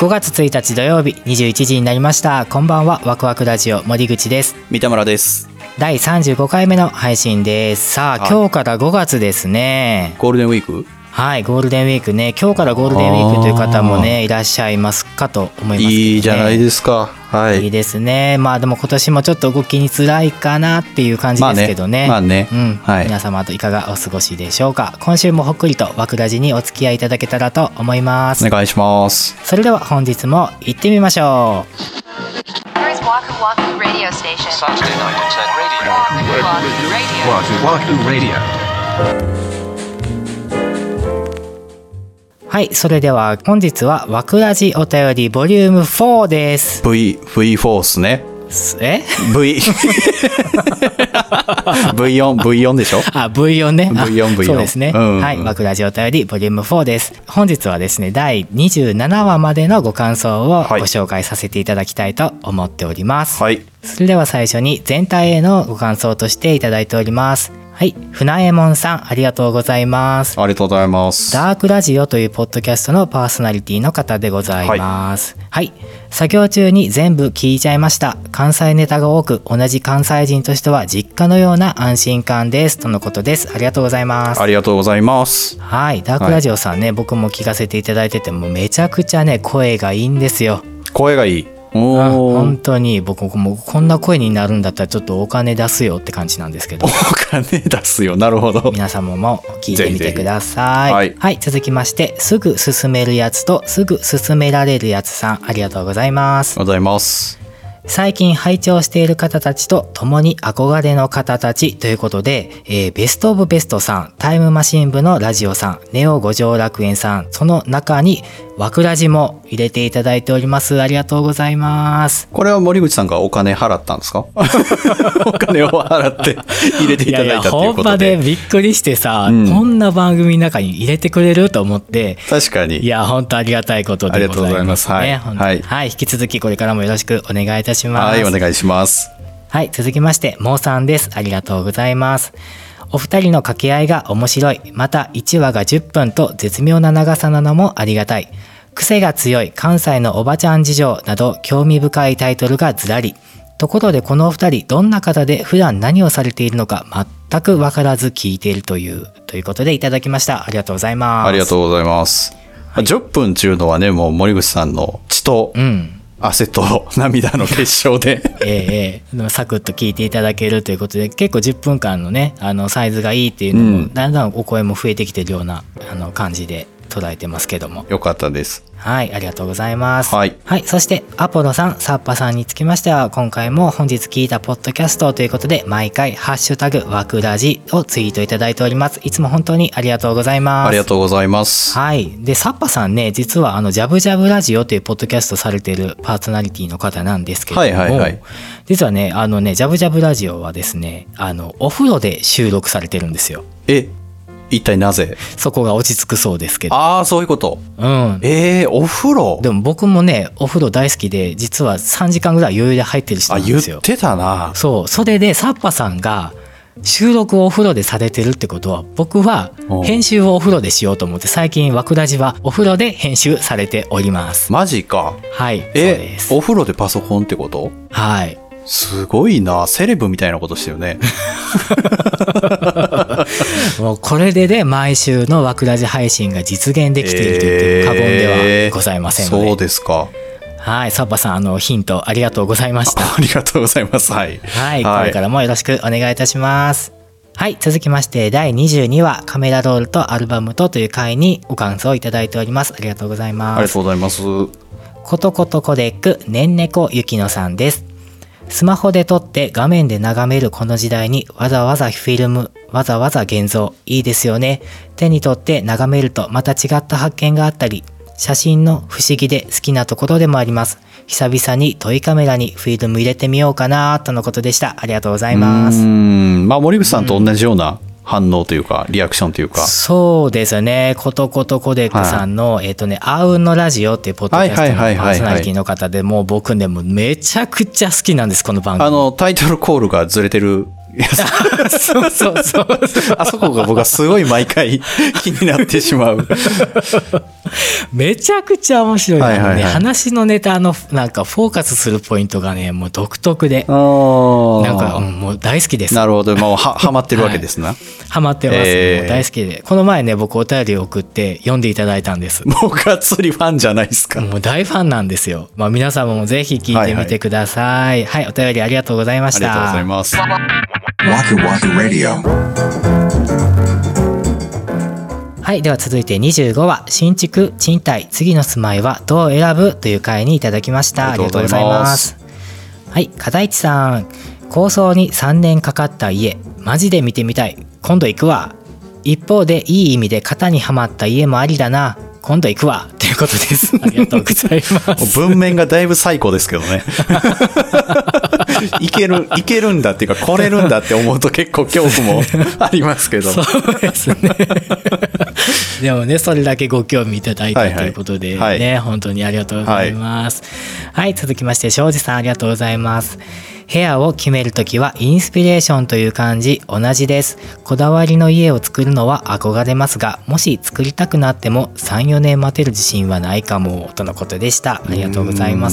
5月1日土曜日21時になりました。こんばんは。ワクワクラジオ森口です。 三田村です。 第35回目の配信です。さあ、今日から5月ですね。 ゴールデンウィーク。 はい、ゴールデンウィークね。今日からゴールデンウィークという方もねいらっしゃいますかと思いますけどね。 いいじゃないですか。はい。 いいですね。まあでも今年もちょっと動きにづらいかなっていう感じですけどね。 まあね。 はい。皆様といかがお過ごしでしょうか。今週もほっくりとワクラジにお付き合いいただけたらと思います。 お願いします。 それでは本日も行ってみましょう。はい、それでは本日はワクラジお便りボリューム4です。 V4 っすね。V4 でしょ。 V4 ね。 V4 そうですね、はい、ワクラジお便りボリューム4です。本日はですね第27話までのご感想をご紹介させていただきたいと思っております。はい、それでは最初に全体へのご感想としていただいております。はい、船右衛門さんありがとうございます。 ありがとうございます。 ダークラジオというポッドキャストのパーソナリティの方でございます。はい、作業中に全部聞いちゃいました。関西ネタが多く同じ関西人としては実家のような安心感ですとのことです。ありがとうございます。 ありがとうございます。 はい、ダークラジオさんね、僕も聞かせていただいててもめちゃくちゃね声がいいんですよ。 声がいい。 本当に僕もこんな声になるんだったらちょっとお金出すよって感じなんですけど。 お金出すよ。なるほど。 皆様も聞いてみてください。はい、続きましてすぐ進めるやつとすぐ進められるやつさんありがとうございます。 ありがとうございます。 最近拝聴している方たちと共に憧れの方たちということで、ベストオブベストさん、タイムマシン部のラジオさん、ネオ五条楽園さん、その中にワクラジも入れていただいております。ありがとうございます。 これは森口さんがお金払ったんですか？お金を払って入れていただいたということで。いや本場でびっくりしてさ、こんな番組の中に入れてくれると思って。 確かに。 いや本当ありがたいことでございますね。 ありがとうございます。 はい、引き続きこれからもよろしくお願いいたします。 はい、お願いします。 はい、続きましてモーさんです。ありがとうございます。お二人の掛け合いが面白い。また1話が10分と絶妙な長さなのもありがたい。癖が強い関西のおばちゃん事情など興味深いタイトルがずらり。ところでこのお二人どんな方で普段何をされているのか全く分からず聞いているということでいただきました。ありがとうございます。 ありがとうございます。はい、10分っていうのはね、もう森口さんの血と、汗と涙の結晶でサクッと聞いていただけるということで、結構10分間のねサイズがいいっていうのも、だんだんお声も増えてきてるような感じで捉えてますけども。 よかったです。 はい、ありがとうございます。 はい、 そしてアポロさん、サッパさんにつきましては今回も本日聞いたポッドキャストということで毎回ハッシュタグワクラジをツイートいただいております。いつも本当にありがとうございます。 ありがとうございます。 はい、でサッパさんね、実はジャブジャブラジオというポッドキャストされているパーソナリティの方なんですけども、実はねジャブジャブラジオはですねお風呂で収録されてるんですよ。 一体なぜ？ そこが落ち着くそうですけど。 ああ、そういうこと。お風呂。 でも僕もねお風呂大好きで、実は3時間ぐらい余裕で入ってる人なんですよ。 言ってたな。 そう、それでサッパさんが収録をお風呂でされてるってことは、僕は編集をお風呂でしようと思って、最近ワクラジはお風呂で編集されております。 マジか。 はい、そうです。 お風呂でパソコンってこと？ はい。 すごいな、セレブみたいなことしてるね。 もうこれでね毎週のワクラジ配信が実現できていると言っても過言ではございませんので。 そうですか。 はい、サッパさんヒントありがとうございました。 ありがとうございます。はい、 はい、これからもよろしくお願いいたします。はい、続きまして第22話カメラロールとアルバムとという回にご感想をいただいております。ありがとうございます。 ありがとうございます。 ことことコデックねんねこゆきのさんです。スマホで撮って画面で眺めるこの時代にわざわざフィルム、わざわざ現像、いいですよね。手に取って眺めるとまた違った発見があったり、写真の不思議で好きなところでもあります。久々にトイカメラにフィルム入れてみようかなとのことでした。ありがとうございます。 まあ森口さんと同じような反応というかリアクションというか。 そうですね。ことことコデックさんの、アウンのラジオっていうポッドキャストのパーソナリティの方で、もう僕ねもうめちゃくちゃ好きなんです、この番組。 タイトルコールがずれてるそうそうそう。 あそこが僕はすごい毎回気になってしまう。 めちゃくちゃ面白い、 はいはいはい、 話のネタのなんかフォーカスするポイントがねもう独特でなんか、もう大好きです。 なるほど、もうはまってるわけですな、はい、 はまってます、もう大好きで、この前ね僕お便りを送って読んでいただいたんです。 もうがっつりファンじゃないですか。 もう大ファンなんですよ。まあ、皆様もぜひ聞いてみてください。はい、はい、お便りありがとうございました。 ありがとうございます。 はい、では続いて25話新築賃貸次の住まいはどう選ぶという回にいただきました。ありがとうございます。はい、片市さん、構想に3年かかった家マジで見てみたい、今度行くわ。一方でいい意味で型にはまった家もありだな、今度行くわということです。ありがとうございます。 文面がだいぶ最高ですけどね。いけるんだっていうか来れるんだって思うと結構恐怖もありますけど。 そうですね。でもねそれだけご興味いただいたということでね、はいはい、本当にありがとうございます。はい、はい、続きまして庄司さんありがとうございます。部屋を決めるときはインスピレーションという感じ同じです。こだわりの家を作るのは憧れますが、もし作りたくなっても 3,4 年待てる自信はないかもとのことでした。ありがとうございます。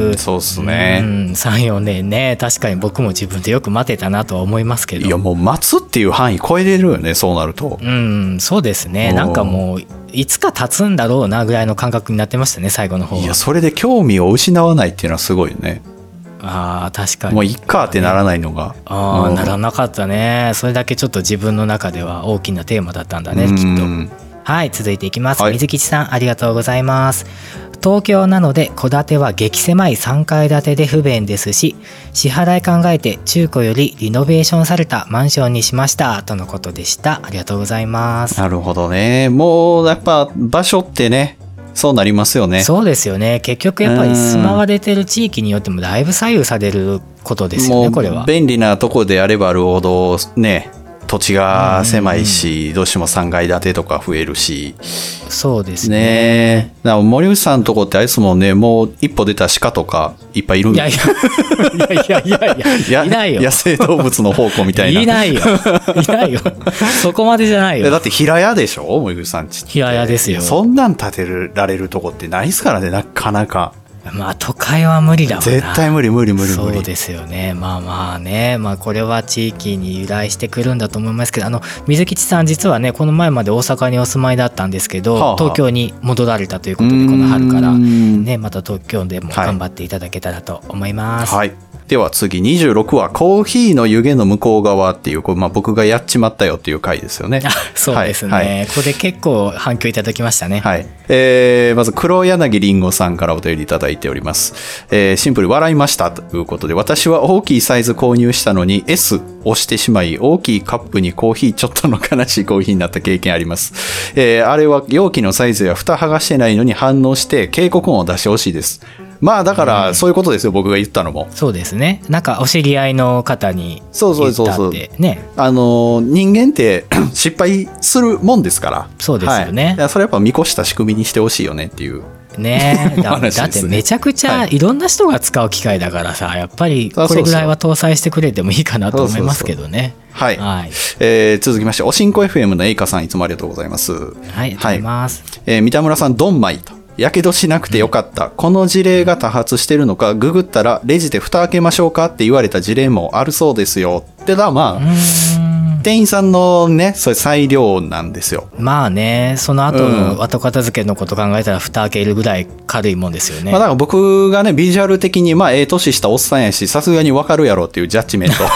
そうですね。 3,4 年ね、確かに僕も自分でよく待てたなとは思いますけど。 いやもう待つっていう範囲超えれるよね、そうなると。 そうですね。なんかもういつか経つんだろうなぐらいの感覚になってましたね、最後の方は。 いやそれで興味を失わないっていうのはすごいよね。 あ、確かにもういっかってならないのが、 ならなかったね。それだけちょっと自分の中では大きなテーマだったんだね、きっと。はい、続いていきます。はい、水吉さんありがとうございます。東京なので戸建ては激狭い3階建てで不便ですし、支払い考えて中古よりリノベーションされたマンションにしましたとのことでした。ありがとうございます。 なるほどね。もうやっぱ場所ってね、そうなりますよね。 そうですよね。結局やっぱり住まわれてる地域によってもだいぶ左右されることですよね。これは便利なとこであればあるほどね、土地が狭いし、どうしても3階建てとか増えるし。 そうですね。 だから森口さんのとこってあれですもんね、もう一歩出た鹿とかいっぱいいるんで。 いないよ。 野生動物の宝庫みたいな。 いないよ。そこまでじゃないよ。 だって平屋でしょ、森口さんちって。 平屋ですよ。 そんなん建てられるとこってないですからね、なかなか。 まあ都会は無理だもんな。 絶対無理。 そうですよね。まあね、まあこれは地域に由来してくるんだと思いますけど、水吉さん実はねこの前まで大阪にお住まいだったんですけど、東京に戻られたということで、この春からねまた東京でも頑張っていただけたらと思います。 はい。では次26話コーヒーの湯気の向こう側っていう、僕がやっちまったよっていう回ですよね。 そうですね、はい、ここで結構反響いただきましたね。 はい。まず黒柳りんごさんからお便りいただいております。シンプル笑いましたということで、私は大きいサイズ購入したのに S 押してしまい、大きいカップにコーヒーちょっとの悲しいコーヒーになった経験あります。あれは容器のサイズや蓋剥がしてないのに反応して警告音を出してほしいです。まあだからそういうことですよ、僕が言ったのも。 そうですね。なんかお知り合いの方に言ったってね。 人間って失敗するもんですから。 そうですよね。 はい、それやっぱ見越した仕組みにしてほしいよねっていう。 ねえ、だってめちゃくちゃいろんな人が使う機械だからさ、やっぱりこれぐらいは搭載してくれてもいいかなと思いますけどね。はい、はい。続きましておしんこ FM のエイカさんいつもありがとうございます。はい、 ありがとうございます。 三田村さんドンマイと。やけどしなくてよかった。この事例が多発してるのか、ググったらレジで蓋開けましょうかって言われた事例もあるそうですよ。ってだ、まあ店員さんのね、それ裁量なんですよ。 まあね、その後の後片付けのこと考えたら蓋開けるぐらい軽いもんですよね。 まあだから僕がね、ビジュアル的にまあ年したおっさんやし、さすがにわかるやろっていうジャッジメント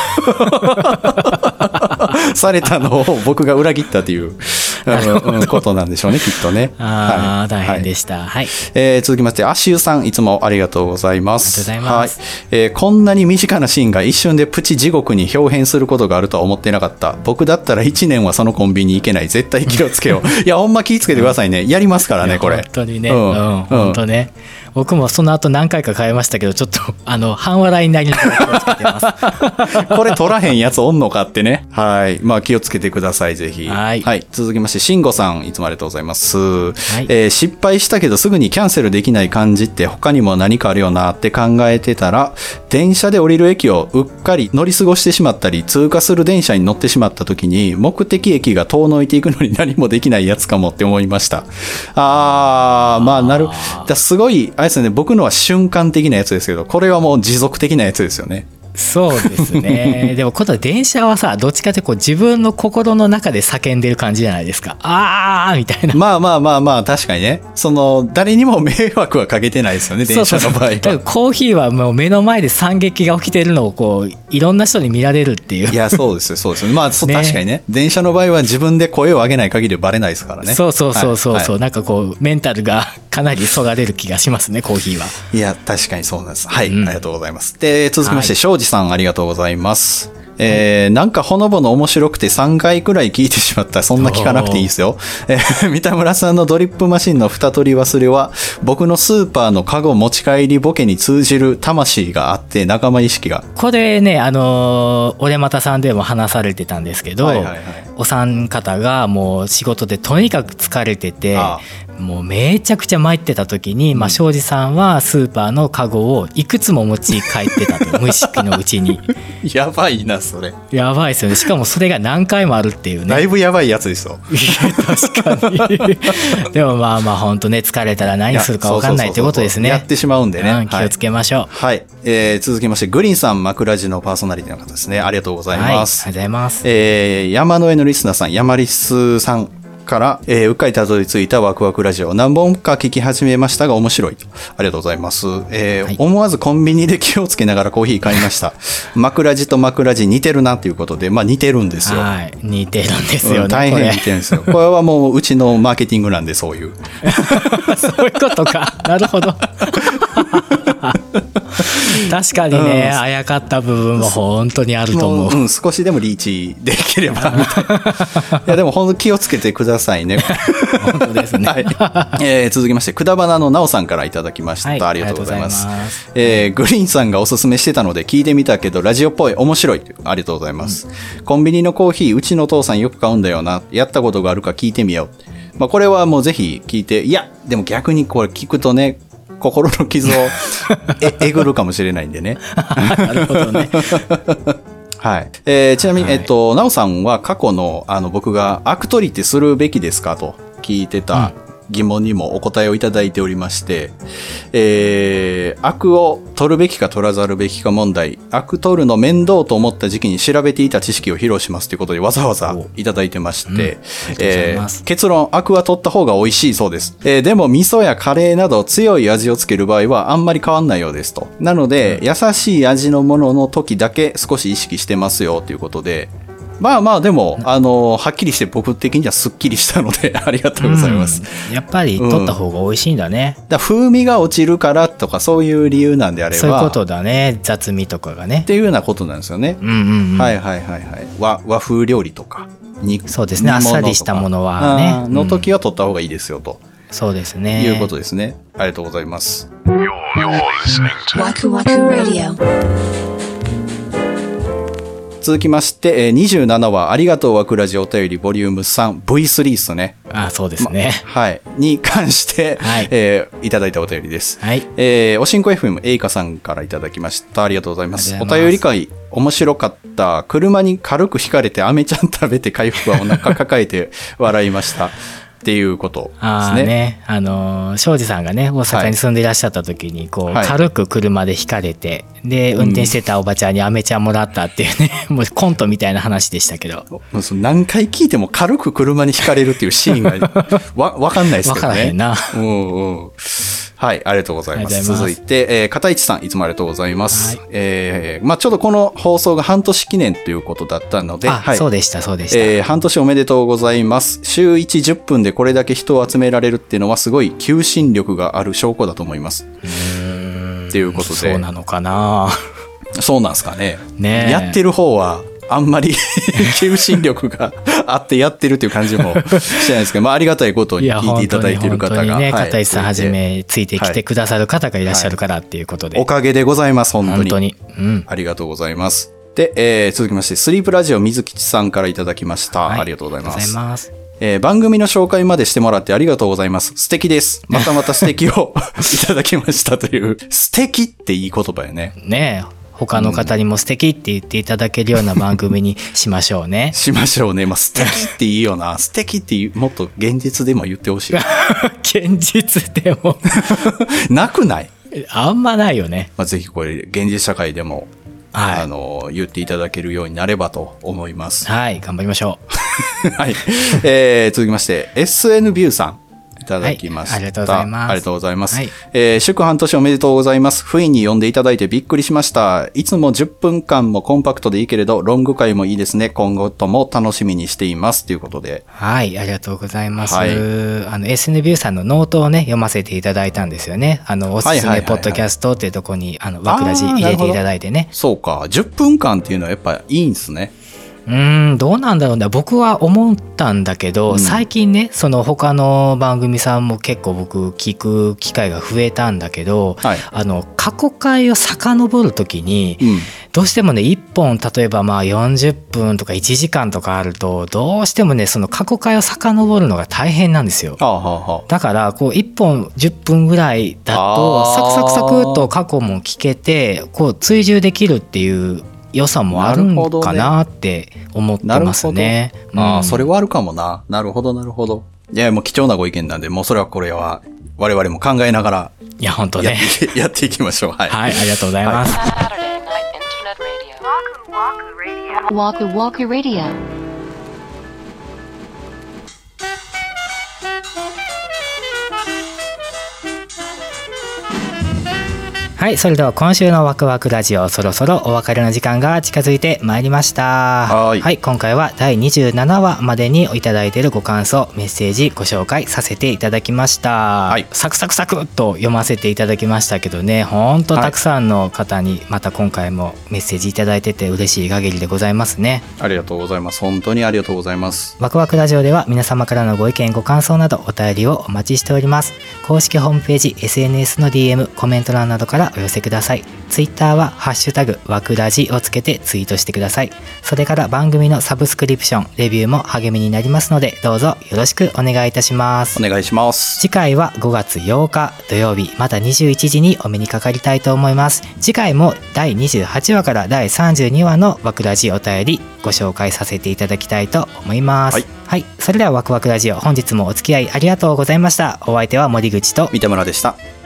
されたのを僕が裏切ったっていうことなんでしょうね、きっとね。 はい、大変でした。はい。 続きまして、アシューさんいつもありがとうございます。 ありがとうございます。 はい。こんなに身近なシーンが一瞬でプチ地獄に表変することがあるとは思ってなかった。僕だったら1年はそのコンビニ行けない。絶対気をつけよう。いや、ほんま気をつけてくださいね。やりますからね、これ。 本当にね。本当ね。 僕もその後何回か変えましたけど、ちょっと半笑いになりながら気をつけてますこれ取らへんやつおんのかってね。はい。まあ気をつけてください、ぜひ。 はい。 続きまして、慎吾さん、いつもありがとうございます。 はい。 失敗したけどすぐにキャンセルできない感じって他にも何かあるよなって考えてたら、電車で降りる駅をうっかり乗り過ごしてしまったり、通過する電車に乗ってしまった時に、目的駅が遠のいていくのに何もできないやつかもって思いました。まあすごい、あれですね、僕のは瞬間的なやつですけど、これはもう持続的なやつですよね。 そうですね。でも今度は電車はさ、どっちかというと自分の心の中で叫んでる感じじゃないですか。みたいな。 まあ確かにね。誰にも迷惑はかけてないですよね、電車の場合は。 だからコーヒーはもう目の前で惨劇が起きてるのをいろんな人に見られるっていう。 いや、そうですよ。まあ、確かにね。電車の場合は自分で声を上げない限りバレないですからね。 そう。なんかメンタルがかなりそがれる気がしますね、コーヒーは。 いや、確かにそうなんです。はい、ありがとうございます。で、続きまして、庄司さんありがとうございます。なんかほのぼの面白くて3回くらい聞いてしまった。そんな聞かなくていいですよ。三田村さんのドリップマシンの蓋取り忘れは、僕のスーパーのカゴ持ち帰りボケに通じる魂があって、仲間意識が。 これね、俺またさんでも話されてたんですけど、お三方がもう仕事でとにかく疲れてて、もうめちゃくちゃ参ってた時に、庄司さんはスーパーのカゴをいくつも持ち帰ってたと、無意識のうちに。 やばいな、それ。 やばいですよね。しかもそれが何回もあるっていうね。 だいぶやばいやつですよ。 確かに。でもまあ本当ね、疲れたら何するか分かんないってことですね。 やってしまうんでね。 気をつけましょう。 はい。続きまして、グリーンさん、枕地のパーソナリティの方ですね。ありがとうございます。 ありがとうございます。 山の上のリスナーさん、山リスさんから、うっかりたどり着いたワクワクラジオ、何本か聞き始めましたが面白いと。ありがとうございます。思わずコンビニで気をつけながらコーヒー買いました。枕地と枕地似てるなということで、似てるんですよ。 はい、似てるんですよね。 大変似てるんですよ。これはもううちのマーケティングなんで、そういう。 そういうことか。なるほど。確かにね、あやかった部分は本当にあると思う。 少しでもリーチできればみたいな。いやでも本当気をつけてくださいね。 本当ですね。 はい。続きまして、くだばなのなおさんからいただきました。ありがとうございます。グリーンさんがおすすめしてたので聞いてみたけどラジオっぽい、面白い。ありがとうございます。コンビニのコーヒーうちの父さんよく買うんだよな。やったことがあるか聞いてみよう。これはもうぜひ聞いて、いやでも逆にこれ聞くとね、心の傷をえぐるかもしれないんでね。 なるほどね。 はい。ちなみに、なおさんは過去の、僕が悪取りってするべきですかと聞いてた疑問にもお答えをいただいておりまして、悪を取るべきか取らざるべきか問題、悪取るの面倒と思った時期に調べていた知識を披露しますということでわざわざいただいてまして、結論、悪は取った方が美味しいそうです。でも味噌やカレーなど強い味をつける場合はあんまり変わんないようですと。なので、優しい味のものの時だけ少し意識してますよということで、でも、はっきりして僕的にはすっきりしたので、ありがとうございます。 やっぱり取った方が美味しいんだね。 風味が落ちるからとか、そういう理由なんであれば。 そういうことだね。雑味とかがね。 っていうようなことなんですよね。はい。和風料理とか。 そうですね。あっさりしたものはね。 の時は取った方がいいですよと。 そうですね。 いうことですね。ありがとうございます。続きまして、27話、ありがとうわくらじお便りボリューム 3V3 ですね。 そうですね。 はい。に関して、いただいたお便りです。 はい。 おしんこ FM エイカさんからいただきました。ありがとうございます。お便り会、面白かった。車に軽くひかれてアメちゃん食べて回復はお腹抱えて笑いました。っていうことですね。 庄司さんがね、大阪に住んでいらっしゃった時に、軽く車でひかれて、で、運転してたおばちゃんにアメちゃんもらったっていうね、もうコントみたいな話でしたけど。 何回聞いても軽く車にひかれるっていうシーンがわかんないですけどね。わからへんな。 はい、ありがとうございます。続いて、片市さん、いつもありがとうございます。ちょうどこの放送が半年記念ということだったので、 そうでした、そうでした。 半年おめでとうございます。週1、10分でこれだけ人を集められるっていうのはすごい求心力がある証拠だと思います。っていうことで。 そうなのかな。 そうなんですかね。 ね、 やってる方は、 あんまり求心力があってやってるっていう感じもしてないですけど、まあありがたいことに聞いていただいている方が、 ね、 はい、 片石さんはじめついてきてくださる方がいらっしゃるからっていうことで、 おかげでございます。本当に、 うん、 ありがとうございます。で、続きましてスリープラジオ水吉さんからいただきました、はい、ありがとうございます。番組の紹介までしてもらってありがとうございます。素敵です。またまた素敵をいただきましたという素敵っていい言葉よね。 ねえ、他の方にも素敵って言っていただけるような番組にしましょうね。 しましょうね。まあ、素敵っていいよな。素敵ってもっと現実でも言ってほしい。 現実でもなくない？ あんまないよね。 まあ、ぜひこれ現実社会でも、はい、言っていただけるようになればと思います。 はい、頑張りましょう。はい。続きまして、SN ビューさん。いただきました、はい、ありがとうございます。ありがとうございます。はい、祝半年おめでとうございます。不意に読んでいただいてびっくりしました。いつも10分間もコンパクトでいいけれど、ロング回もいいですね。今後とも楽しみにしています。ということで。 はい、ありがとうございます。はい、SN ビューさんのノートをね、読ませていただいたんですよね。おすすめポッドキャストっていうところに、わくらじ入れていただいてね。 そうか。10分間っていうのはやっぱいいんですね。 どうなんだろうね。僕は思ったんだけど、最近ね、その他の番組さんも結構僕聞く機会が増えたんだけど、はい、過去回を遡るときに、どうしてもね、1本例えばまあ40分とか1時間とかあると、どうしてもね、その過去回を遡るのが大変なんですよ。だからこう1本10分ぐらいだとサクサクサクっと過去も聞けて、こう追従できるっていう良さもあるんかなって思ってますね。 まあ、それはあるかもな。なるほど、なるほど。いや、もう貴重なご意見なんで、もうそれはこれは我々も考えながら、 いや、本当ね。 やっていきましょう。はい。 はい、ありがとうございます。 Waku Waku Radio。 はい、それでは今週のワクワクラジオ、そろそろお別れの時間が近づいてまいりました。はい、今回は第27話までにいただいているご感想、メッセージご紹介させていただきました。はい、サクサクサクっと読ませていただきましたけどね、本当たくさんの方にまた今回もメッセージいただいてて嬉しい限りでございますね。 ありがとうございます。本当にありがとうございます。 ワクワクラジオでは皆様からのご意見ご感想などお便りをお待ちしております。公式ホームページ、 SNS の DM、 コメント欄などからお寄せください。ツイッターはハッシュタグワクラジをつけてツイートしてください。それから番組のサブスクリプション、レビューも励みになりますので、どうぞよろしくお願いいたします。 お願いします。 次回は5月8日土曜日、また21時にお目にかかりたいと思います。次回も第28話から第32話のワクラジお便りご紹介させていただきたいと思います。はい、はい、それではワクワクラジオ、本日もお付き合いありがとうございました。お相手は森口と三田村でした。